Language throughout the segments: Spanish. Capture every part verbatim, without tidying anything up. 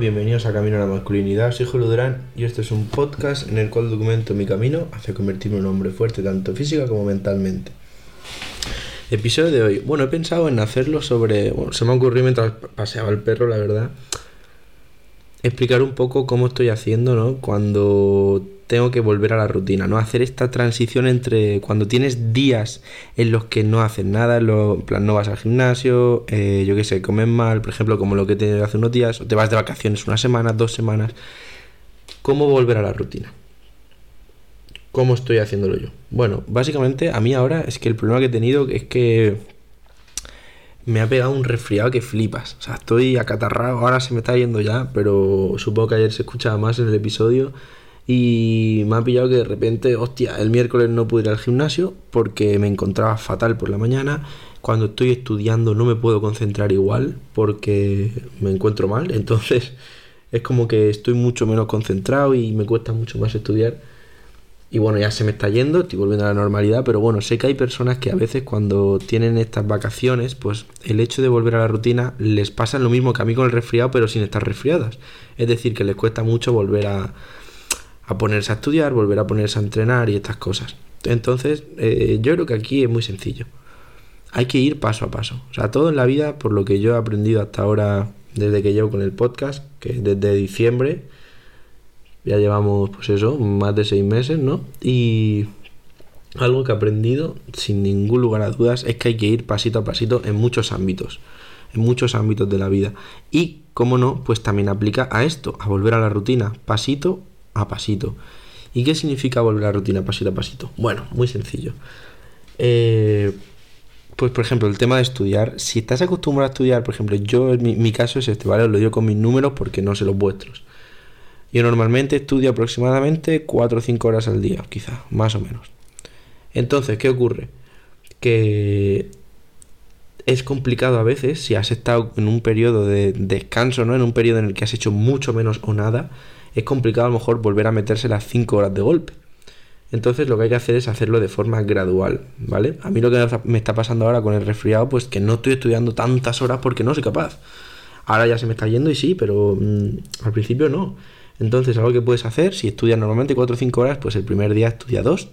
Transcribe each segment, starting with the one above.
bienvenidos a Camino a la Masculinidad. Soy Julio Durán y este es un podcast en el cual documento mi camino hacia convertirme en un hombre fuerte tanto física como mentalmente. Episodio de hoy. Bueno, he pensado en hacerlo sobre... Bueno, se me ha ocurrido mientras paseaba el perro, la verdad. Explicar un poco cómo estoy haciendo, ¿no? Cuando tengo que volver a la rutina, ¿no? Hacer esta transición entre cuando tienes días en los que no haces nada, en, lo, en plan no vas al gimnasio, eh, yo qué sé, comes mal, por ejemplo, como lo que he tenido hace unos días, o te vas de vacaciones una semana, dos semanas. ¿Cómo volver a la rutina? ¿Cómo estoy haciéndolo yo? Bueno, básicamente a mí ahora es que el problema que he tenido es que me ha pegado un resfriado que flipas. O sea, estoy acatarrado, ahora se me está yendo ya, pero supongo que ayer se escuchaba más en el episodio. Y me ha pillado que de repente, hostia, el miércoles no pude ir al gimnasio porque me encontraba fatal por la mañana. Cuando estoy estudiando no me puedo concentrar igual porque me encuentro mal. Entonces es como que estoy mucho menos concentrado y me cuesta mucho más estudiar. Y bueno, ya se me está yendo, estoy volviendo a la normalidad, pero bueno, sé que hay personas que a veces cuando tienen estas vacaciones, pues el hecho de volver a la rutina les pasa lo mismo que a mí con el resfriado, pero sin estar resfriadas. Es decir, que les cuesta mucho volver a, a ponerse a estudiar, volver a ponerse a entrenar y estas cosas. Entonces, eh, yo creo que aquí es muy sencillo. Hay que ir paso a paso. O sea, todo en la vida, por lo que yo he aprendido hasta ahora, desde que llevo con el podcast, que es desde diciembre, ya llevamos, pues eso, más de seis meses, ¿no? Y algo que he aprendido, sin ningún lugar a dudas, es que hay que ir pasito a pasito en muchos ámbitos, en muchos ámbitos de la vida. Y, cómo no, pues también aplica a esto, a volver a la rutina, pasito a pasito. ¿Y qué significa volver a la rutina pasito a pasito? Bueno, muy sencillo. Eh, pues, por ejemplo, el tema de estudiar. Si estás acostumbrado a estudiar, por ejemplo, yo, en mi, mi caso es este, ¿vale? Os lo digo con mis números porque no sé los vuestros. Yo normalmente estudio aproximadamente cuatro o cinco horas al día, quizás, más o menos. Entonces, ¿qué ocurre? Que es complicado a veces, si has estado en un periodo de descanso, ¿no? En un periodo en el que has hecho mucho menos o nada, es complicado a lo mejor volver a meterse las cinco horas de golpe. Entonces lo que hay que hacer es hacerlo de forma gradual, ¿vale? A mí lo que me está pasando ahora con el resfriado, pues que no estoy estudiando tantas horas porque no soy capaz. Ahora ya se me está yendo y sí, pero mmm, al principio no. Entonces, algo que puedes hacer, si estudias normalmente cuatro o cinco horas, pues el primer día estudia dos,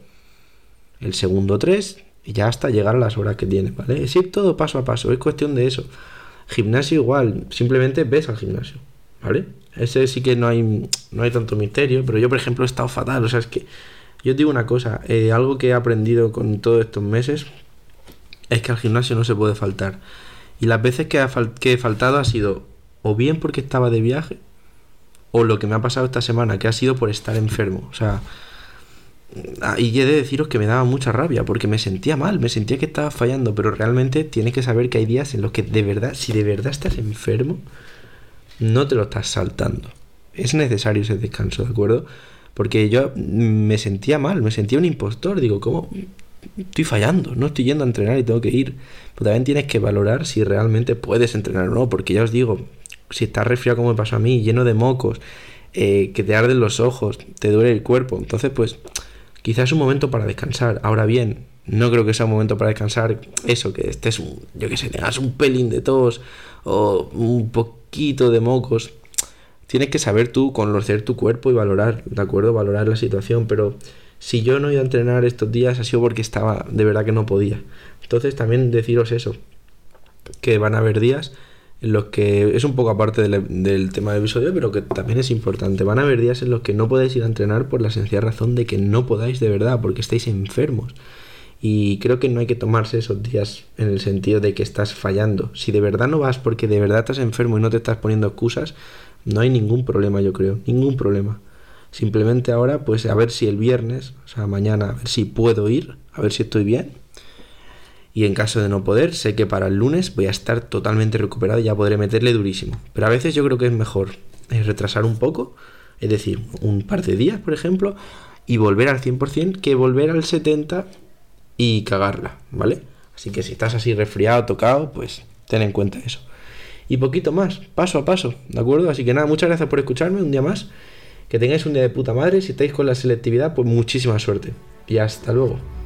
el segundo tres, y ya hasta llegar a las horas que tienes, ¿vale? Es ir todo paso a paso, es cuestión de eso. Gimnasio igual, simplemente ves al gimnasio, ¿vale? Ese sí que no hay, no hay tanto misterio, pero yo, por ejemplo, he estado fatal, o sea, es que yo te digo una cosa, eh, algo que he aprendido con todos estos meses es que al gimnasio no se puede faltar. Y las veces que, ha fal- que he faltado ha sido o bien porque estaba de viaje, o lo que me ha pasado esta semana, que ha sido por estar enfermo. O sea, y he de deciros que me daba mucha rabia, porque me sentía mal, me sentía que estaba fallando, pero realmente tienes que saber que hay días en los que de verdad, si de verdad estás enfermo, no te lo estás saltando. Es necesario ese descanso, ¿de acuerdo? Porque yo me sentía mal, me sentía un impostor, digo, ¿cómo? Estoy fallando, no estoy yendo a entrenar y tengo que ir. Pero también tienes que valorar si realmente puedes entrenar o no, porque ya os digo, si estás resfriado como me pasó a mí, lleno de mocos, eh, que te arden los ojos, te duele el cuerpo, entonces pues quizás es un momento para descansar. Ahora bien, no creo que sea un momento para descansar eso, que estés, un, yo que sé, tengas un pelín de tos o un poquito de mocos. Tienes que saber tú conocer tu cuerpo y valorar, ¿de acuerdo? Valorar la situación, pero si yo no he ido a entrenar estos días ha sido porque estaba, de verdad que no podía. Entonces también deciros eso, que van a haber días en los que, es un poco aparte del, del tema del episodio, pero que también es importante, van a haber días en los que no podéis ir a entrenar por la sencilla razón de que no podáis de verdad, porque estáis enfermos. Y creo que no hay que tomarse esos días en el sentido de que estás fallando. Si de verdad no vas porque de verdad estás enfermo y no te estás poniendo excusas, no hay ningún problema, yo creo, ningún problema. Simplemente ahora, pues a ver si el viernes, o sea, mañana, a ver si puedo ir, a ver si estoy bien. Y en caso de no poder, sé que para el lunes voy a estar totalmente recuperado y ya podré meterle durísimo. Pero a veces yo creo que es mejor retrasar un poco, es decir, un par de días, por ejemplo, y volver al cien por ciento que volver al setenta por ciento y cagarla, ¿vale? Así que si estás así resfriado, tocado, pues ten en cuenta eso. Y poquito más, paso a paso, ¿de acuerdo? Así que nada, muchas gracias por escucharme un día más. Que tengáis un día de puta madre. Si estáis con la selectividad, pues muchísima suerte. Y hasta luego.